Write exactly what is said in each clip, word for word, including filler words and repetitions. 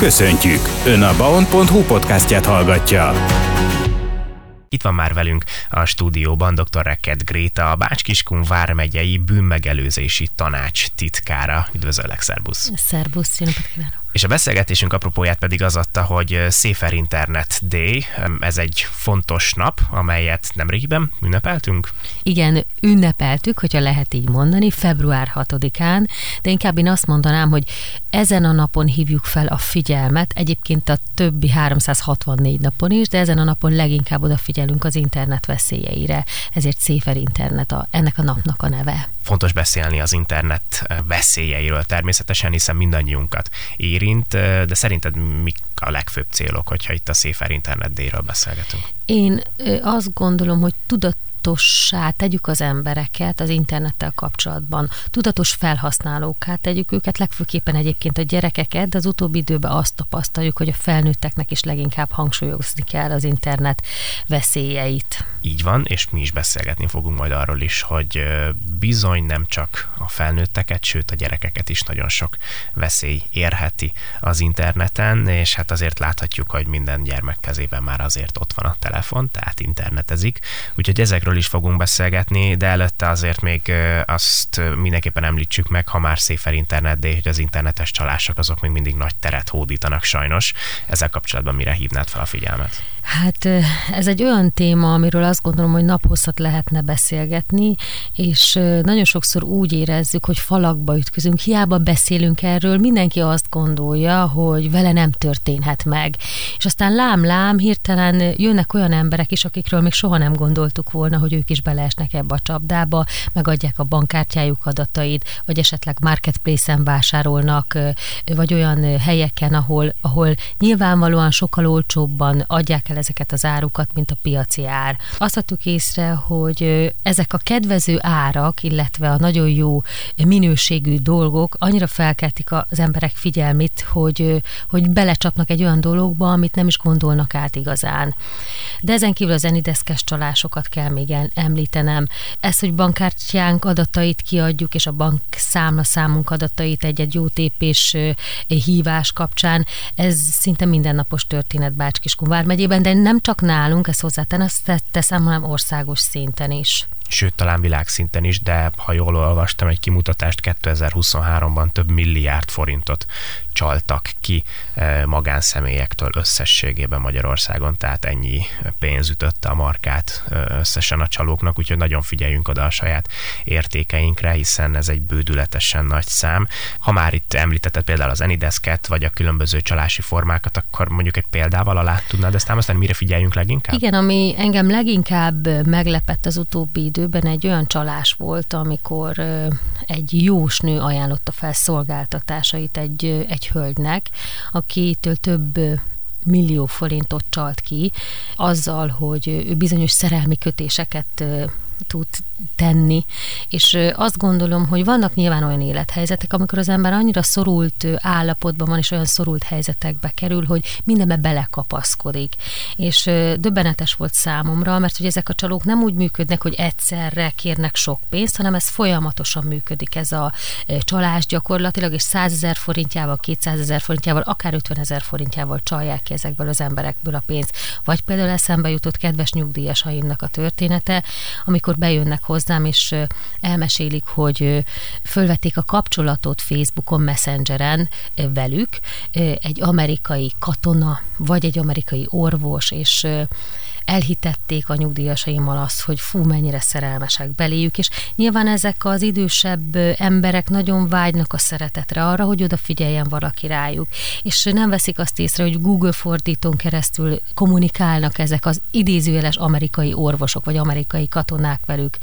Köszöntjük! Ön a baon pont hu podcastját hallgatja. Itt van már velünk a stúdióban dr. Reked Gréta, a Bács-Kiskun vármegyei bűnmegelőzési tanács titkára. Üdvözöllek, szerbusz! Szerbusz, jó napot kívánok! És a beszélgetésünk apropóját pedig az adta, hogy Safer Internet Day, ez egy fontos nap, amelyet nemrégiben ünnepeltünk. Igen, ünnepeltük, hogyha lehet így mondani, február hatodikán, de inkább én azt mondanám, hogy ezen a napon hívjuk fel a figyelmet, egyébként a többi háromszázhatvannégy napon is, de ezen a napon leginkább odafigyelünk az internet veszélyeire, ezért Safer Internet a, ennek a napnak a neve. Fontos beszélni az internet veszélyeiről természetesen, hiszen mindannyiunkat érint, de szerinted mik a legfőbb célok, hogyha itt a Safer Internet Day-ről beszélgetünk? Én azt gondolom, hogy tudat tudatossá tegyük az embereket az internettel kapcsolatban. Tudatos felhasználókká tegyük őket, legfőképpen egyébként a gyerekeket, de az utóbbi időben azt tapasztaljuk, hogy a felnőtteknek is leginkább hangsúlyozni kell az internet veszélyeit. Így van, és mi is beszélgetni fogunk majd arról is, hogy bizony nem csak a felnőtteket, sőt a gyerekeket is nagyon sok veszély érheti az interneten, és hát azért láthatjuk, hogy minden gyermek kezében már azért ott van a telefon, tehát internetezik, úgyhogy ezekről is fogunk beszélgetni, de előtte azért még azt mindenképpen említsük meg, ha már Safer Internet Day, hogy az internetes csalások azok még mindig nagy teret hódítanak sajnos. Ezzel kapcsolatban mire hívnád fel a figyelmet? Hát ez egy olyan téma, amiről azt gondolom, hogy naphosszat lehetne beszélgetni, és nagyon sokszor úgy érezzük, hogy falakba ütközünk, hiába beszélünk erről, mindenki azt gondolja, hogy vele nem történhet meg. És aztán lám-lám, hirtelen jönnek olyan emberek is, akikről még soha nem gondoltuk volna, hogy ők is beleesnek ebbe a csapdába, megadják a bankkártyájuk adatait, vagy esetleg marketplace-en vásárolnak, vagy olyan helyeken, ahol, ahol nyilvánvalóan sokkal olcsóbban adják el ezeket az árukat, mint a piaci ár. Azt vettük észre, hogy ezek a kedvező árak, illetve a nagyon jó minőségű dolgok annyira felkeltik az emberek figyelmét, hogy, hogy belecsapnak egy olyan dologba, amit nem is gondolnak át igazán. De ezen kívül az enideszkes csalásokat kell még említenem. Ez, hogy bankkártyánk adatait kiadjuk, és a bankszámla számunk adatait egy-egy jó tépés hívás kapcsán, ez szinte mindennapos történet Bács-Kiskun vármegyében, de nem csak nálunk, ezt hozzáteszem, hanem országos szinten is. Sőt, talán világszinten is, de ha jól olvastam egy kimutatást, kétezer-huszonháromban több milliárd forintot csaltak ki magánszemélyektől összességében Magyarországon, tehát ennyi pénz ütötte a markát összesen a csalóknak, úgyhogy nagyon figyeljünk oda a saját értékeinkre, hiszen ez egy bődületesen nagy szám. Ha már itt említetted például az enideszket, vagy a különböző csalási formákat, akkor mondjuk egy példával alá tudnád ezt támasztani, mire figyeljünk leginkább? Igen, ami engem leginkább meglepett az utóbbi időben, egy olyan csalás volt, amikor egy jósnő ajánlotta fel szolgáltatásait egy, egy hölgynek, akitől több millió forintot csalt ki, azzal, hogy ő bizonyos szerelmi kötéseket tud tenni, és azt gondolom, hogy vannak nyilván olyan élethelyzetek, amikor az ember annyira szorult állapotban van, és olyan szorult helyzetekbe kerül, hogy mindenbe belekapaszkodik. És döbbenetes volt számomra, mert hogy ezek a csalók nem úgy működnek, hogy egyszerre kérnek sok pénzt, hanem ez folyamatosan működik, ez a csalás gyakorlatilag, és százezer forintjával, kétszázezer forintjával, akár ötvenezer forintjával csalják ki ezekből az emberekből a pénzt. Vagy például eszembe jutott kedves nyugdíjasaimnak a története, amikor bejönnek hozzám, és elmesélik, hogy fölvették a kapcsolatot Facebookon, Messengeren velük, egy amerikai katona, vagy egy amerikai orvos, és elhitették a nyugdíjasaimmal azt, hogy fú, mennyire szerelmesek beléjük, és nyilván ezek az idősebb emberek nagyon vágynak a szeretetre, arra, hogy odafigyeljen valaki rájuk, és nem veszik azt észre, hogy Google fordítón keresztül kommunikálnak ezek az idézőjeles amerikai orvosok, vagy amerikai katonák velük,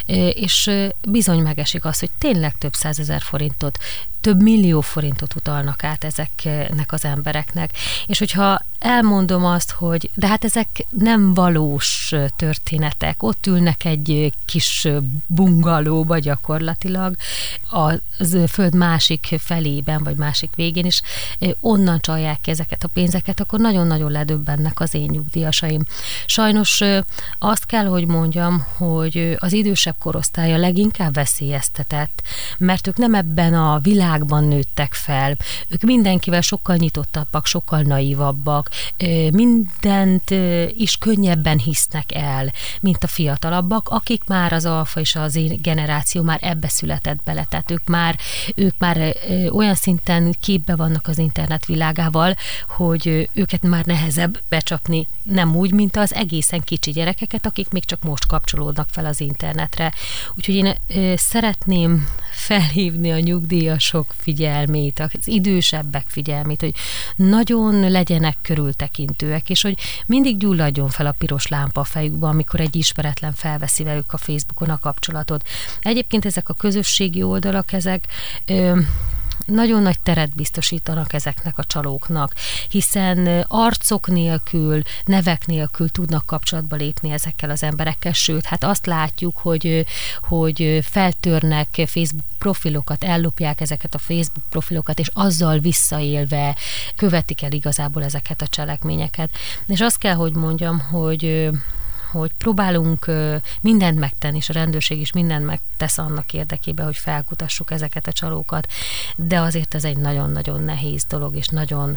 és bizony megesik az, hogy tényleg több százezer forintot, több millió forintot utalnak át ezeknek az embereknek. És hogyha elmondom azt, hogy de hát ezek nem valós történetek, ott ülnek egy kis bungalóba gyakorlatilag a föld másik felében, vagy másik végén, és onnan csalják ki ezeket a pénzeket, akkor nagyon-nagyon ledöbbennek az én nyugdíjasaim. Sajnos azt kell, hogy mondjam, hogy az idősebb korosztálya leginkább veszélyeztetett, mert ők nem ebben a világ világban nőttek fel. Ők mindenkivel sokkal nyitottabbak, sokkal naívabbak, mindent is könnyebben hisznek el, mint a fiatalabbak, akik már az alfa és az én generáció már ebbe született bele. Tehát ők már, ők már olyan szinten képbe vannak az internet világával, hogy őket már nehezebb becsapni, nem úgy, mint az egészen kicsi gyerekeket, akik még csak most kapcsolódnak fel az internetre. Úgyhogy én szeretném felhívni a nyugdíjasok figyelmét, az idősebbek figyelmét, hogy nagyon legyenek körültekintőek, és hogy mindig gyulladjon fel a piros lámpa a fejükbe, amikor egy ismeretlen felveszi velük a Facebookon a kapcsolatot. Egyébként ezek a közösségi oldalak, ezek ö, nagyon nagy teret biztosítanak ezeknek a csalóknak, hiszen arcok nélkül, nevek nélkül tudnak kapcsolatba lépni ezekkel az emberekkel, sőt, hát azt látjuk, hogy, hogy feltörnek Facebook profilokat, ellopják ezeket a Facebook profilokat, és azzal visszaélve követik el igazából ezeket a cselekményeket. És azt kell, hogy mondjam, hogy hogy próbálunk mindent megtenni, és a rendőrség is mindent megtesz annak érdekében, hogy felkutassuk ezeket a csalókat, de azért ez egy nagyon-nagyon nehéz dolog, és nagyon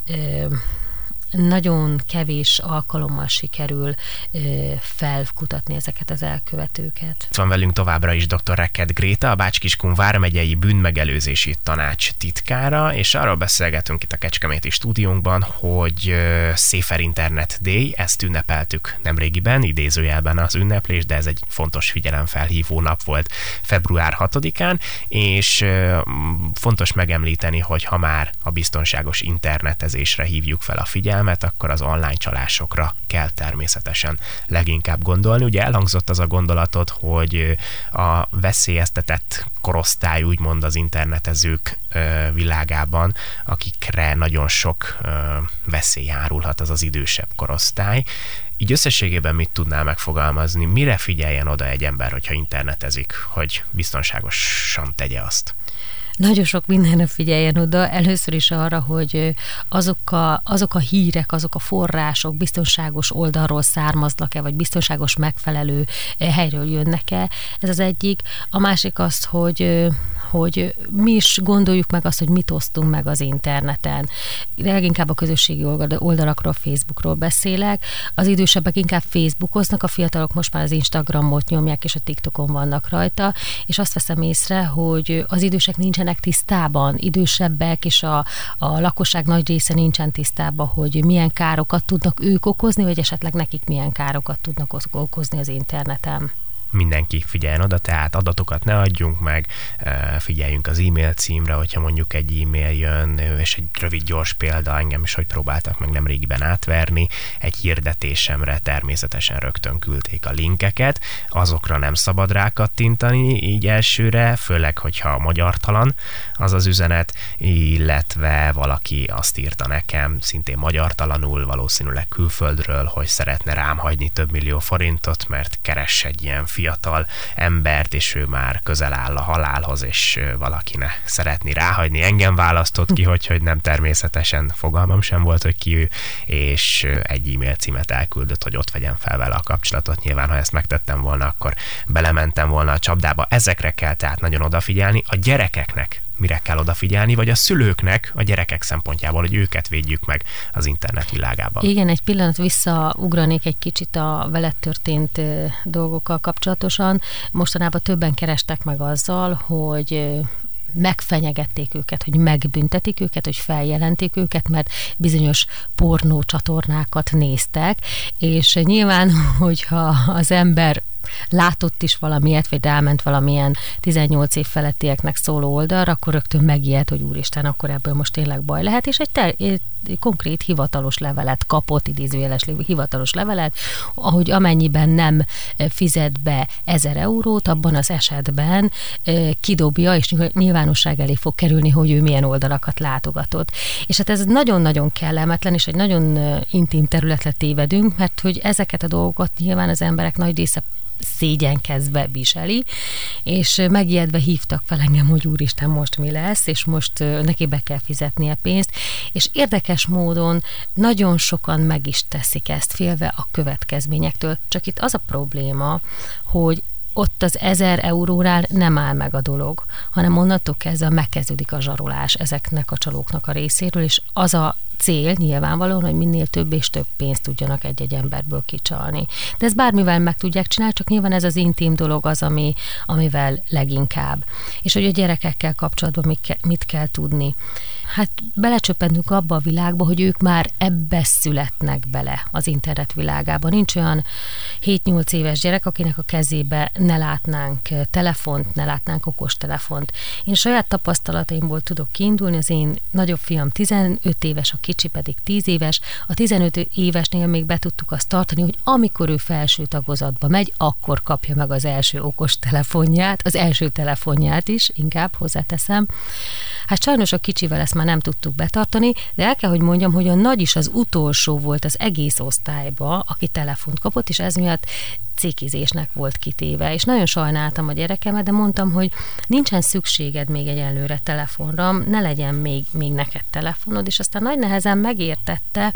nagyon kevés alkalommal sikerül ö, felkutatni ezeket az elkövetőket. Itt van velünk továbbra is dr. Reked Gréta, a Bács-Kiskun vármegyei bűnmegelőzési tanács titkára, és arról beszélgetünk itt a Kecskeméti stúdiónkban, hogy uh, Safer Internet Day, ezt ünnepeltük nemrégiben, idézőjelben az ünneplés, de ez egy fontos figyelemfelhívó nap volt február hatodikán, és uh, fontos megemlíteni, hogy ha már a biztonságos internetezésre hívjuk fel a figyelmet, akkor az online csalásokra kell természetesen leginkább gondolni. Ugye elhangzott az a gondolatod, hogy a veszélyeztetett korosztály úgymond az internetezők világában, akikre nagyon sok veszély járulhat, az az idősebb korosztály. Így összességében mit tudnál megfogalmazni? Mire figyeljen oda egy ember, hogyha internetezik, hogy biztonságosan tegye azt? Nagyon sok mindenre figyeljen oda. Először is arra, hogy azok a, azok a hírek, azok a források biztonságos oldalról származnak-e, vagy biztonságos megfelelő helyről jönnek-e. Ez az egyik. A másik az, hogy hogy mi is gondoljuk meg azt, hogy mit osztunk meg az interneten. Leginkább a közösségi oldalakról, Facebookról beszélek. Az idősebbek inkább Facebookoznak, a fiatalok most már az Instagramot nyomják, és a TikTokon vannak rajta, és azt veszem észre, hogy az idősek nincsenek tisztában, idősebbek, és a, a lakosság nagy része nincsen tisztában, hogy milyen károkat tudnak ők okozni, vagy esetleg nekik milyen károkat tudnak okozni az interneten. Mindenki figyeljen oda, tehát adatokat ne adjunk meg, figyeljünk az e-mail címre, hogyha mondjuk egy e-mail jön, és egy rövid, gyors példa, engem is, hogy próbáltak meg nemrégiben átverni, egy hirdetésemre természetesen rögtön küldték a linkeket, azokra nem szabad rákattintani így elsőre, főleg, hogyha magyartalan az az üzenet, illetve valaki azt írta nekem, szintén magyartalanul, valószínűleg külföldről, hogy szeretne rám hagyni több millió forintot, mert keres egy ilyen fiatal embert, és ő már közel áll a halálhoz, és valaki ne szeretné ráhagyni. Engem választott ki, hogy, hogy nem, természetesen fogalmam sem volt, hogy ki ő, és egy e-mail címet elküldött, hogy ott vegyem fel vele a kapcsolatot. Nyilván, ha ezt megtettem volna, akkor belementem volna a csapdába. Ezekre kell tehát nagyon odafigyelni. A gyerekeknek mire kell odafigyelni, vagy a szülőknek a gyerekek szempontjából, hogy őket védjük meg az internet világában. Igen, egy pillanat visszaugranék egy kicsit a veled történt dolgokkal kapcsolatosan. Mostanában többen kerestek meg azzal, hogy megfenyegették őket, hogy megbüntetik őket, hogy feljelentik őket, mert bizonyos pornó csatornákat néztek, és nyilván, hogyha az ember látott is valamilyet, vagy ráment valamilyen tizennyolc év felettieknek szóló oldalra, akkor rögtön megijed, hogy úristen, akkor ebből most tényleg baj lehet, és egy, ter- egy konkrét hivatalos levelet kapott, idézőjeles hivatalos levelet, ahogy amennyiben nem fizet be ezer eurót, abban az esetben kidobja, és nyilvánosság elé fog kerülni, hogy ő milyen oldalakat látogatott. És hát ez nagyon-nagyon kellemetlen, és egy nagyon intim területre tévedünk, mert hogy ezeket a dolgokat nyilván az emberek nagy része szégyenkezve viseli, és megijedve hívtak fel engem, hogy úristen, most mi lesz, és most neki be kell fizetnie pénzt, és érdekes módon nagyon sokan meg is teszik ezt, félve a következményektől. Csak itt az a probléma, hogy ott az ezer eurónál nem áll meg a dolog, hanem onnantól kezdve megkezdődik a zsarolás ezeknek a csalóknak a részéről, és az a cél nyilvánvalóan, hogy minél több és több pénzt tudjanak egy-egy emberből kicsalni. De ezt bármivel meg tudják csinálni, csak nyilván ez az intim dolog az, ami, amivel leginkább. És hogy a gyerekekkel kapcsolatban mit, ke- mit kell tudni. Hát belecsöppentünk abba a világba, hogy ők már ebbe születnek bele az internet világában. Nincs olyan hét-nyolc éves gyerek, akinek a kezébe ne látnánk telefont, ne látnánk okostelefont. Én saját tapasztalataimból tudok kiindulni, az én nagyobb fiam tizenöt éves, a kicsi pedig tíz éves. A tizenöt évesnél még be tudtuk azt tartani, hogy amikor ő felső tagozatba megy, akkor kapja meg az első okostelefonját, az első telefonját is, inkább hozzáteszem. Hát sajnos a kicsivel ezt már nem tudtuk betartani, de el kell, hogy mondjam, hogy a nagy is az utolsó volt az egész osztályba, aki telefont kapott, és ez miatt cékizésnek volt kitéve, és nagyon sajnáltam a gyerekemet, de mondtam, hogy nincsen szükséged még egyelőre telefonra, ne legyen még, még neked telefonod, és aztán nagy nehezen megértette,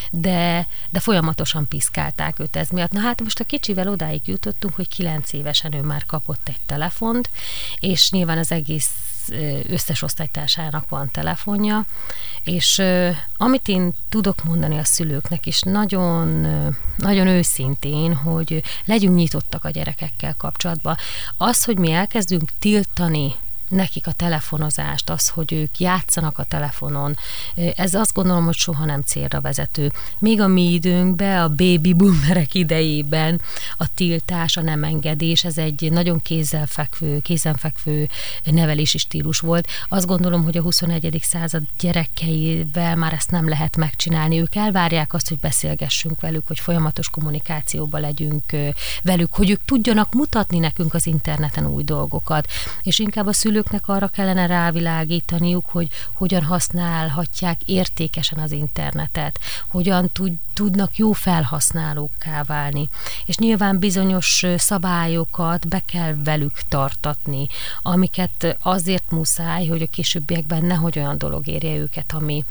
de, de folyamatosan piszkálták őt ez miatt. Na hát most a kicsivel odáig jutottunk, hogy kilenc évesen ő már kapott egy telefont, és nyilván az egész összes osztálytársának van telefonja, és uh, amit én tudok mondani a szülőknek is nagyon, uh, nagyon őszintén, hogy legyünk nyitottak a gyerekekkel kapcsolatban. Az, hogy mi elkezdünk tiltani nekik a telefonozást, az, hogy ők játszanak a telefonon, ez azt gondolom, hogy soha nem célra vezető. Még a mi időnkben, a baby boomerek idejében a tiltás, a nem engedés, ez egy nagyon kézzelfekvő, kézenfekvő nevelési stílus volt. Azt gondolom, hogy a huszonegyedik század gyerekeivel már ezt nem lehet megcsinálni. Ők elvárják azt, hogy beszélgessünk velük, hogy folyamatos kommunikációban legyünk velük, hogy ők tudjanak mutatni nekünk az interneten új dolgokat. És inkább a szülők arra kellene rávilágítaniuk, hogy hogyan használhatják értékesen az internetet, hogyan tud, tudnak jó felhasználókká válni. És nyilván bizonyos szabályokat be kell velük tartatni, amiket azért muszáj, hogy a későbbiekben nehogy olyan dolog érje őket, ami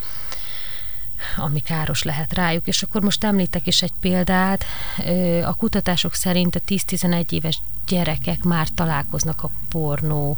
ami káros lehet rájuk. És akkor most említek is egy példát. A kutatások szerint a tíz-tizenegy éves gyerekek már találkoznak a pornó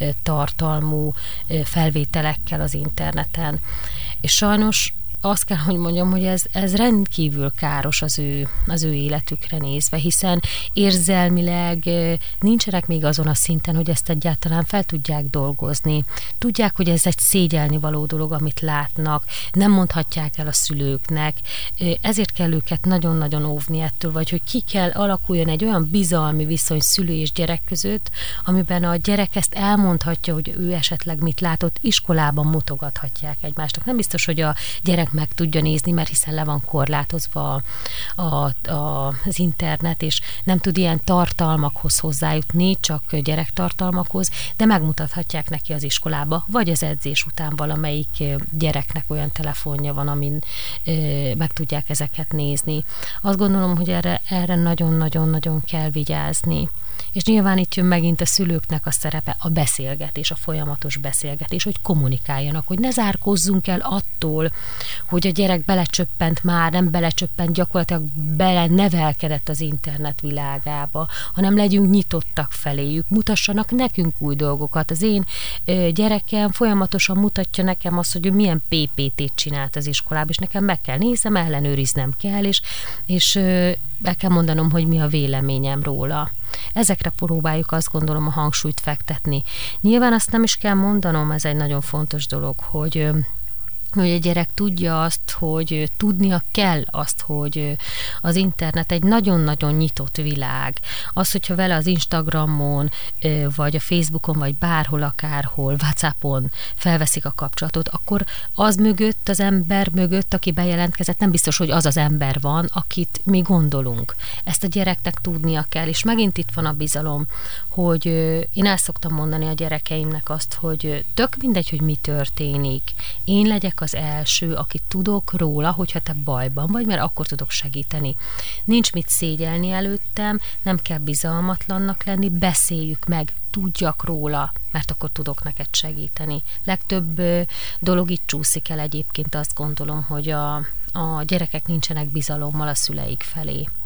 tartalmú felvételekkel az interneten. És sajnos azt kell, hogy mondjam, hogy ez, ez rendkívül káros az ő, az ő életükre nézve, hiszen érzelmileg nincsenek még azon a szinten, hogy ezt egyáltalán fel tudják dolgozni. Tudják, hogy ez egy szégyelni való dolog, amit látnak, nem mondhatják el a szülőknek, ezért kell őket nagyon-nagyon óvni ettől, vagy hogy ki kell alakuljon egy olyan bizalmi viszony szülő és gyerek között, amiben a gyerek ezt elmondhatja, hogy ő esetleg mit látott, iskolában mutogathatják egymásnak. Nem biztos, hogy a gyerek meg tudja nézni, mert hiszen le van korlátozva a, a, az internet, és nem tud ilyen tartalmakhoz hozzájutni, csak gyerektartalmakhoz, de megmutathatják neki az iskolába, vagy az edzés után valamelyik gyereknek olyan telefonja van, amin ö, meg tudják ezeket nézni. Azt gondolom, hogy erre, erre nagyon-nagyon-nagyon kell vigyázni. És nyilván itt jön megint a szülőknek a szerepe, a beszélgetés, a folyamatos beszélgetés, hogy kommunikáljanak, hogy ne zárkózzunk el attól, hogy a gyerek belecsöppent már, nem belecsöppent, gyakorlatilag bele nevelkedett az internet világába, hanem legyünk nyitottak feléjük, mutassanak nekünk új dolgokat. Az én ö, gyerekem folyamatosan mutatja nekem azt, hogy ő milyen pé pé té-t csinált az iskolában, és nekem meg kell néznem, ellenőriznem kell, és, és ö, el kell mondanom, hogy mi a véleményem róla. Ezekre próbáljuk, azt gondolom, a hangsúlyt fektetni. Nyilván azt nem is kell mondanom, ez egy nagyon fontos dolog, hogy hogy a gyerek tudja azt, hogy tudnia kell azt, hogy az internet egy nagyon-nagyon nyitott világ. Az, hogyha vele az Instagramon, vagy a Facebookon, vagy bárhol, akárhol, WhatsAppon felveszik a kapcsolatot, akkor az mögött, az ember mögött, aki bejelentkezett, nem biztos, hogy az az ember van, akit mi gondolunk. Ezt a gyereknek tudnia kell, és megint itt van a bizalom, hogy én el szoktam mondani a gyerekeimnek azt, hogy tök mindegy, hogy mi történik. Én legyek az első, aki tudok róla, hogyha te bajban vagy, mert akkor tudok segíteni. Nincs mit szégyelni előttem, nem kell bizalmatlannak lenni, beszéljük meg, tudjak róla, mert akkor tudok neked segíteni. Legtöbb dolog itt csúszik el egyébként, azt gondolom, hogy a, a gyerekek nincsenek bizalommal a szüleik felé.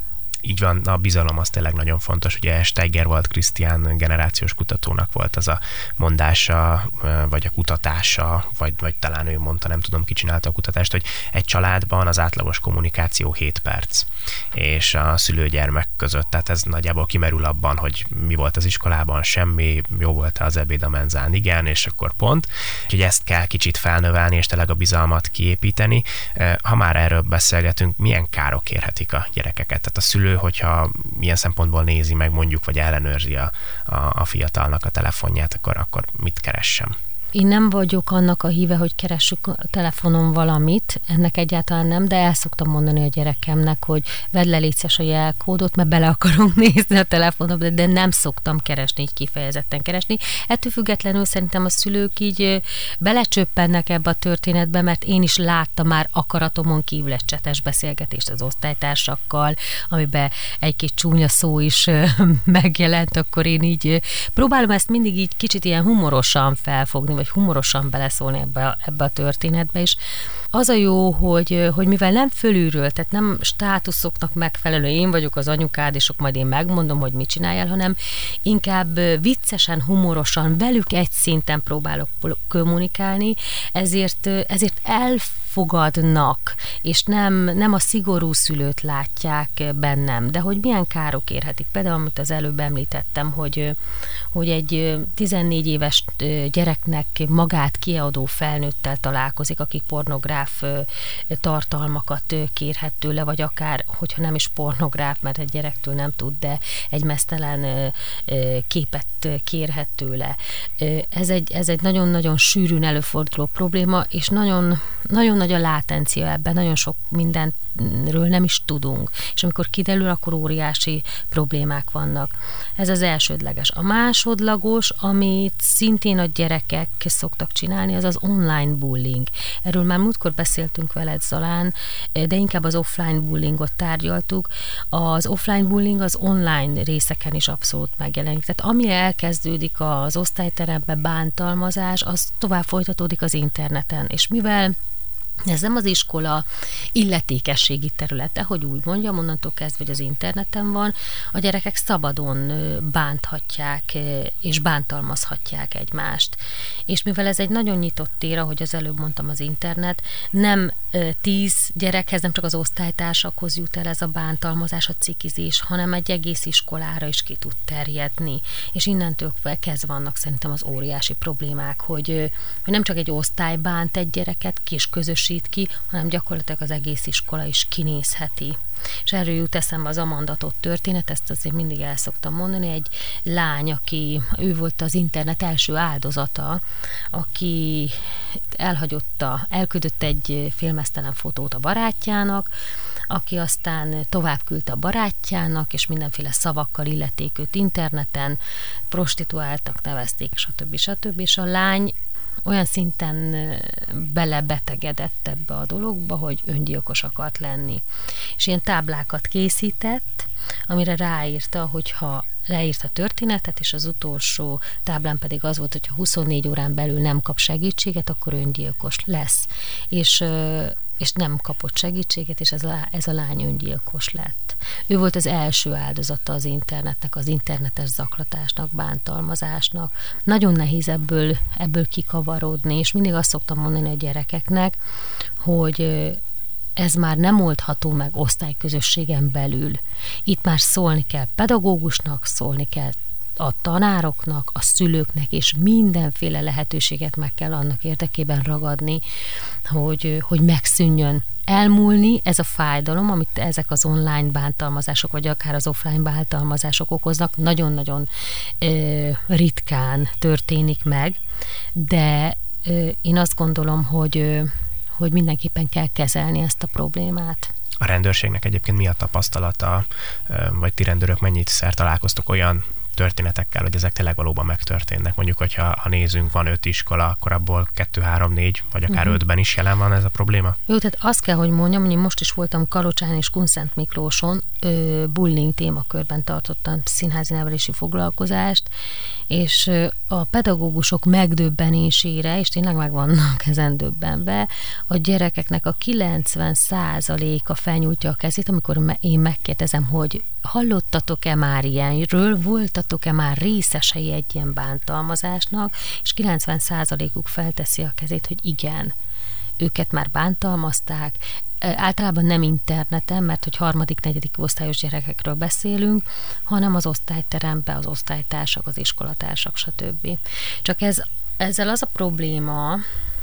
Így van, a bizalom az tényleg nagyon fontos. Ugye Steigerwald Krisztián generációs kutatónak volt az a mondása, vagy a kutatása, vagy, vagy talán ő mondta, nem tudom, ki csinálta a kutatást, hogy egy családban az átlagos kommunikáció hét perc, és a szülő-gyermek között, tehát ez nagyjából kimerül abban, hogy mi volt az iskolában, semmi, jó volt az ebéd a menzán, igen, és akkor pont. Úgyhogy ezt kell kicsit felnövelni, és tényleg a bizalmat kiépíteni. Ha már erről beszélgetünk, milyen károk érhetik a gyerekeket? Tehát a szülő, hogyha milyen szempontból nézi meg mondjuk, vagy ellenőrzi a, a, a fiatalnak a telefonját, akkor, akkor mit keressem? Én nem vagyok annak a híve, hogy keressük a telefonon valamit, ennek egyáltalán nem, de el szoktam mondani a gyerekemnek, hogy vedd le létszes a jelkódot, mert bele akarunk nézni a telefonomba, de nem szoktam keresni, így kifejezetten keresni. Ettől függetlenül szerintem a szülők így belecsöppennek ebbe a történetbe, mert én is láttam már akaratomon kívül egy csetes beszélgetést az osztálytársakkal, amiben egy-két csúnya szó is megjelent, akkor én így próbálom ezt mindig így kicsit ilyen humorosan felfogni, vagy humorosan beleszólni ebbe, ebbe a történetbe is. Az a jó, hogy, hogy mivel nem fölülről, tehát nem státuszoknak megfelelő, én vagyok az anyukád, és akkor majd én megmondom, hogy mit csináljál, hanem inkább viccesen, humorosan, velük egy szinten próbálok kommunikálni, ezért, ezért elfogadnak, és nem, nem a szigorú szülőt látják bennem, de hogy milyen károk érhetik. Például, amit az előbb említettem, hogy, hogy egy tizennégy éves gyereknek magát kiadó felnőttel találkozik, aki pornográf tartalmakat kérhet tőle, vagy akár, hogyha nem is pornográf, mert egy gyerektől nem tud, de egy meztelen képet kérhet tőle. Ez egy, ez egy nagyon-nagyon sűrűn előforduló probléma, és nagyon, nagyon nagy a látencia ebben, nagyon sok mindenről nem is tudunk. És amikor kiderül, akkor óriási problémák vannak. Ez az elsődleges. A másodlagos, amit szintén a gyerekek szoktak csinálni, az az online bullying. Erről már múltkor beszéltünk veled, Zalán, de inkább az offline bullyingot tárgyaltuk. Az offline bullying az online részeken is abszolút megjelenik. Tehát ami elkezdődik az osztályteremben, bántalmazás, az tovább folytatódik az interneten. És mivel ez nem az iskola illetékességi területe, hogy úgy mondjam, onnantól kezdve, hogy az interneten van, a gyerekek szabadon bánthatják és bántalmazhatják egymást. És mivel ez egy nagyon nyitott tér, ahogy az előbb mondtam, az internet, nem tíz gyerekhez, nem csak az osztálytársakhoz jut el ez a bántalmazás, a cikizés, hanem egy egész iskolára is ki tud terjedni. És innentől kezdve vannak szerintem az óriási problémák, hogy, hogy nem csak egy osztály bánt egy gyereket, kis közös ki, hanem gyakorlatilag az egész iskola is kinézheti. És erről jut eszembe az amandatott történet, ezt azért mindig el szoktam mondani, egy lány, aki, ő volt az internet első áldozata, aki elhagyotta, elküldött egy félmeztelen fotót a barátjának, aki aztán tovább küldte a barátjának, és mindenféle szavakkal illették őt interneten, prostituáltak nevezték, stb. stb. És a lány olyan szinten belebetegedett ebbe a dologba, hogy öngyilkos akart lenni. És ilyen táblákat készített, amire ráírta, hogyha leírt a történetet, és az utolsó táblán pedig az volt, hogy ha huszonnégy órán belül nem kap segítséget, akkor öngyilkos lesz. És és nem kapott segítséget, és ez a, ez a lány öngyilkos lett. Ő volt az első áldozata az internetnek, az internetes zaklatásnak, bántalmazásnak. Nagyon nehéz ebből, ebből kikavarodni, és mindig azt szoktam mondani a gyerekeknek, hogy ez már nem oldható meg osztályközösségen belül. Itt már szólni kell pedagógusnak, szólni kell a tanároknak, a szülőknek, és mindenféle lehetőséget meg kell annak érdekében ragadni, hogy, hogy megszűnjön, elmúlni ez a fájdalom, amit ezek az online bántalmazások, vagy akár az offline bántalmazások okoznak, nagyon-nagyon ö, ritkán történik meg, de ö, én azt gondolom, hogy, ö, hogy mindenképpen kell kezelni ezt a problémát. A rendőrségnek egyébként mi a tapasztalata, vagy ti rendőrök mennyit szer találkoztok olyan történetekkel, hogy ezek tényleg valóban megtörténnek. Mondjuk, hogyha ha nézünk, van öt iskola, akkor abból kettő, három, négy, vagy akár uh-huh. ötben is jelen van ez a probléma? Jó, tehát azt kell, hogy mondjam, hogy most is voltam Kalocsán és Kunszent Miklóson, ö, bullying témakörben tartottam színházi nevelési foglalkozást, és a pedagógusok megdöbbenésére, és tényleg meg vannak ezen döbbenve, a gyerekeknek a kilencven százaléka felnyújtja a kezét, amikor én megkérdezem, hogy hallottatok-e már ilyenről, voltatok-e már részesei egy ilyen bántalmazásnak, és kilencven százalékuk felteszi a kezét, hogy igen, őket már bántalmazták, általában nem interneten, mert hogy harmadik, negyedik osztályos gyerekekről beszélünk, hanem az osztályteremben, az osztálytársak, az iskolatársak, stb. Csak ez, ezzel az a probléma,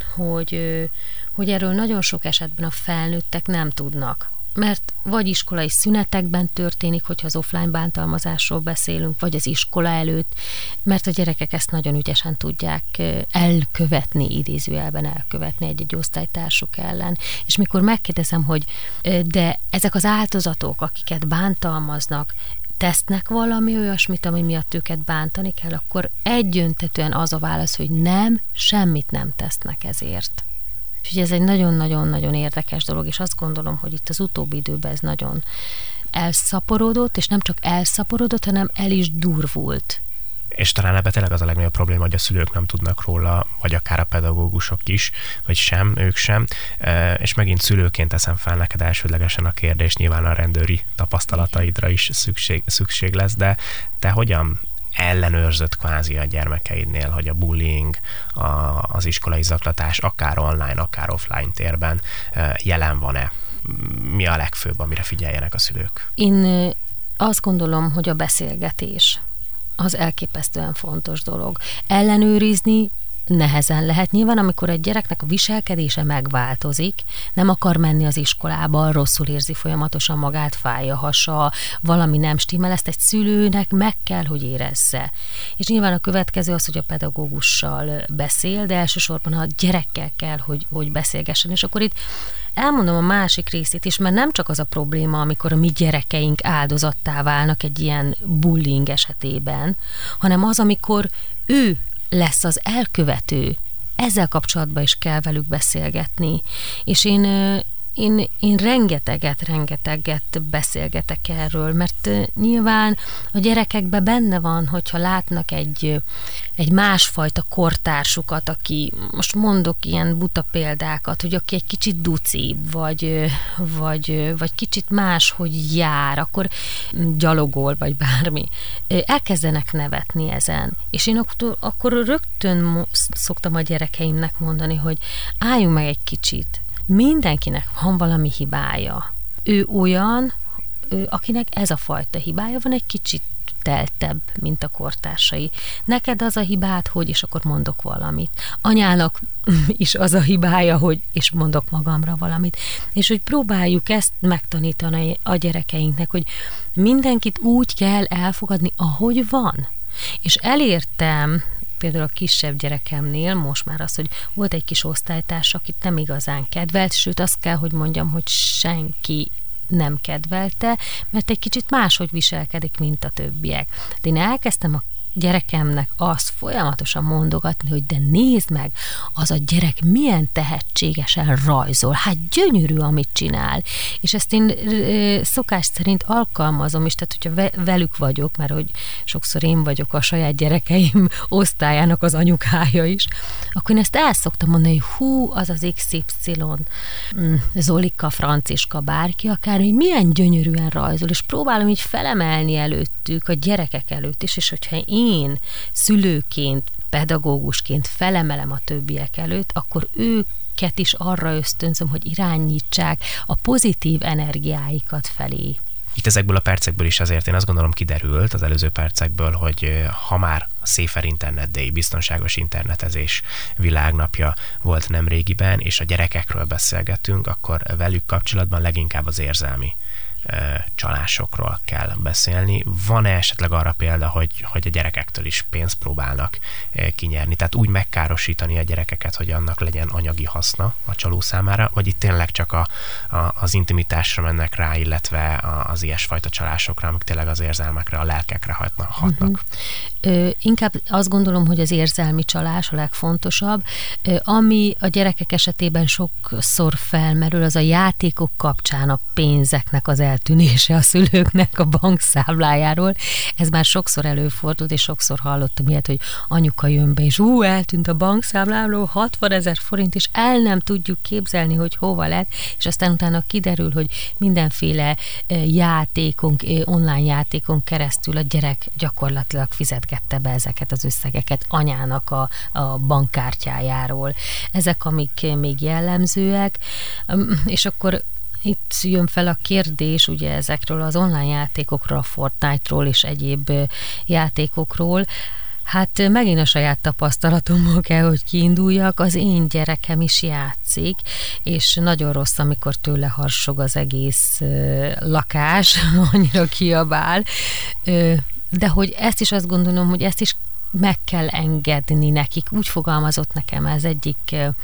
hogy, hogy erről nagyon sok esetben a felnőttek nem tudnak. Mert vagy iskolai szünetekben történik, hogyha az offline bántalmazásról beszélünk, vagy az iskola előtt, mert a gyerekek ezt nagyon ügyesen tudják elkövetni, idézőjelben elkövetni egy-egy osztálytársuk ellen. És mikor megkérdezem, hogy de ezek az áldozatok, akiket bántalmaznak, tesznek valami olyasmit, ami miatt őket bántani kell, akkor egyöntetően az a válasz, hogy nem, semmit nem tesznek ezért. Úgyhogy ez egy nagyon-nagyon-nagyon érdekes dolog, és azt gondolom, hogy itt az utóbbi időben ez nagyon elszaporodott, és nem csak elszaporodott, hanem el is durvult. És talán ebben tényleg az a legnagyobb probléma, hogy a szülők nem tudnak róla, vagy akár a pedagógusok is, vagy sem, ők sem. És megint szülőként teszem fel neked elsődlegesen a kérdést, nyilván a rendőri tapasztalataidra is szükség, szükség lesz, de te hogyan ellenőrzött kvázi a gyermekeidnél, hogy a bullying, a, az iskolai zaklatás akár online, akár offline térben jelen van-e? Mi a legfőbb, amire figyeljenek a szülők? Én azt gondolom, hogy a beszélgetés az elképesztően fontos dolog. Ellenőrizni nehezen lehet. Nyilván, amikor egy gyereknek a viselkedése megváltozik, nem akar menni az iskolába, rosszul érzi folyamatosan magát, fáj a hasa, valami nem stimmel, ezt egy szülőnek meg kell, hogy érezze. És nyilván a következő az, hogy a pedagógussal beszél, de elsősorban a gyerekkel kell, hogy, hogy beszélgessen. És akkor itt elmondom a másik részét is, mert nem csak az a probléma, amikor a mi gyerekeink áldozattá válnak egy ilyen bullying esetében, hanem az, amikor ő lesz az elkövető. Ezzel kapcsolatban is kell velük beszélgetni. És én, én, én rengeteget, rengeteget beszélgetek erről, mert nyilván a gyerekekben benne van, hogyha látnak egy, egy másfajta kortársukat, aki, most mondok ilyen buta példákat, hogy aki egy kicsit ducibb, vagy, vagy, vagy kicsit máshogy jár, akkor gyalogol, vagy bármi. Elkezdenek nevetni ezen. És én akkor, akkor rögtön szoktam a gyerekeimnek mondani, hogy álljunk meg egy kicsit. Mindenkinek van valami hibája. Ő olyan, ő, akinek ez a fajta hibája van, egy kicsit teltebb, mint a kortársai. Neked az a hibád, hogy, és akkor mondok valamit. Anyának is az a hibája, hogy, és mondok magamra valamit. És hogy próbáljuk ezt megtanítani a gyerekeinknek, hogy mindenkit úgy kell elfogadni, ahogy van. És elértem például a kisebb gyerekemnél most már az, hogy volt egy kis osztálytárs, akit nem igazán kedvelt, sőt azt kell, hogy mondjam, hogy senki nem kedvelte, mert egy kicsit máshogy viselkedik, mint a többiek. De én elkezdtem a gyerekemnek azt folyamatosan mondogatni, hogy de nézd meg, az a gyerek milyen tehetségesen rajzol, hát gyönyörű, amit csinál. És ezt én szokás szerint alkalmazom is, tehát hogyha velük vagyok, mert hogy sokszor én vagyok a saját gyerekeim osztályának az anyukája is, akkor én ezt el szoktam mondani, hogy hú, az az iksz ipszilon, Zolika, Franciska, bárki akár, hogy milyen gyönyörűen rajzol, és próbálom így felemelni előttük, a gyerekek előtt is, és hogyha én szülőként, pedagógusként felemelem a többiek előtt, akkor őket is arra ösztönzöm, hogy irányítsák a pozitív energiáikat felé. Itt ezekből a percekből is azért én azt gondolom kiderült az előző percekből, hogy ha már a Safer Internet Day, biztonságos internetezés világnapja volt nemrégiben, és a gyerekekről beszélgetünk, akkor velük kapcsolatban leginkább az érzelmi csalásokról kell beszélni. Van-e esetleg arra példa, hogy, hogy a gyerekektől is pénzt próbálnak kinyerni? Tehát úgy megkárosítani a gyerekeket, hogy annak legyen anyagi haszna a csaló számára, vagy itt tényleg csak a, a, az intimitásra mennek rá, illetve az ilyesfajta csalásokra, amik tényleg az érzelmekre, a lelkekre hatnak? Uh-huh. Ö, inkább azt gondolom, hogy az érzelmi csalás a legfontosabb. Ö, ami a gyerekek esetében sokszor felmerül, az a játékok kapcsán a pénzeknek az eltűnése a szülőknek a bankszámlájáról. Ez már sokszor előfordult, és sokszor hallottam ilyet, hogy anyuka jön be, és ú, eltűnt a bankszámláról hatvanezer forint, és el nem tudjuk képzelni, hogy hova lett, és aztán utána kiderül, hogy mindenféle játékon, online játékon keresztül a gyerek gyakorlatilag fizetgette be ezeket az összegeket anyának a, a bankkártyájáról. Ezek, amik még jellemzőek, és akkor itt jön fel a kérdés ugye ezekről az online játékokról, a Fortnite-ról és egyéb játékokról. Hát megint a saját tapasztalatomból kell, hogy kiinduljak. Az én gyerekem is játszik, és nagyon rossz, amikor tőle harsog az egész uh, lakás, annyira kiabál. Uh, de hogy ezt is azt gondolom, hogy ezt is meg kell engedni nekik. Úgy fogalmazott nekem ez egyik uh,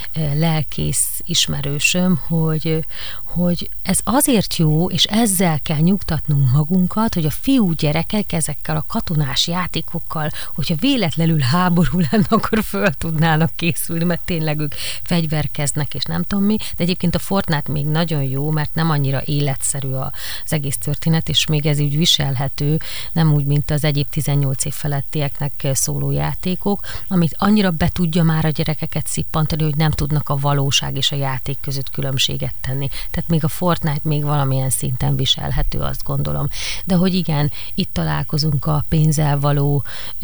lelkész ismerősöm, hogy, hogy ez azért jó, és ezzel kell nyugtatnunk magunkat, hogy a fiú gyerekek ezekkel a katonás játékokkal, hogyha véletlenül háború lenne, akkor föl tudnának készülni, mert tényleg ők fegyverkeznek, és nem tudom mi, de egyébként a Fortnite még nagyon jó, mert nem annyira életszerű az egész történet, és még ez úgy viselhető, nem úgy, mint az egyéb tizennyolc év felettieknek szóló játékok, amit annyira be tudja már a gyerekeket szippantani, hogy nem tudnak a valóság és a játék között különbséget tenni. Tehát még a Fortnite még valamilyen szinten viselhető, azt gondolom. De hogy igen, itt találkozunk a pénzzel való,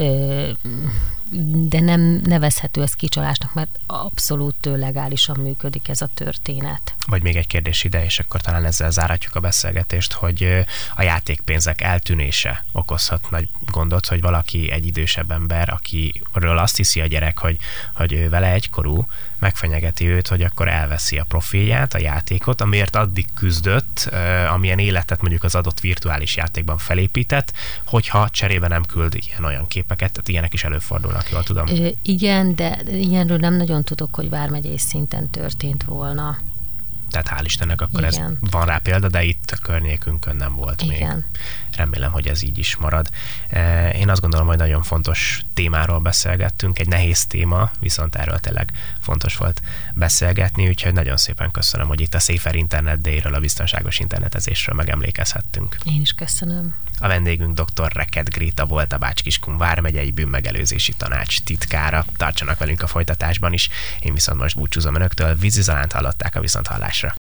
de nem nevezhető ez kicsalásnak, mert abszolút legálisan működik ez a történet. Vagy még egy kérdés ide, és akkor talán ezzel záratjuk a beszélgetést, hogy a játékpénzek eltűnése okozhat nagy gondot, hogy valaki egy idősebb ember, akiről azt hiszi a gyerek, hogy, hogy ő vele egykorú, megfenyegeti őt, hogy akkor elveszi a profilját, a játékot, amiért addig küzdött, amilyen életet mondjuk az adott virtuális játékban felépített, hogyha cserébe nem küld ilyen-olyan képeket, tehát ilyenek is előfordulnak, jól tudom. Ö, igen, de ilyenről nem nagyon tudok, hogy vármegyei szinten történt volna. Tehát hál' Istennek akkor igen. Ez van rá példa, de itt a környékünkön nem volt igen. még. Remélem, hogy ez így is marad. Én azt gondolom, hogy nagyon fontos témáról beszélgettünk, egy nehéz téma, viszont erről tényleg fontos volt beszélgetni, úgyhogy nagyon szépen köszönöm, hogy itt a Safer Internet Day-ről, a biztonságos internetezésről megemlékezhettünk. Én is köszönöm. A vendégünk dr. Reked Gréta volt, a Bács-Kiskun vármegyei bűnmegelőzési tanács titkára. Tartsanak velünk a folytatásban is. Én viszont most búcsúzom önöktől. Vízi Zalánt hallották, a viszonthallásra.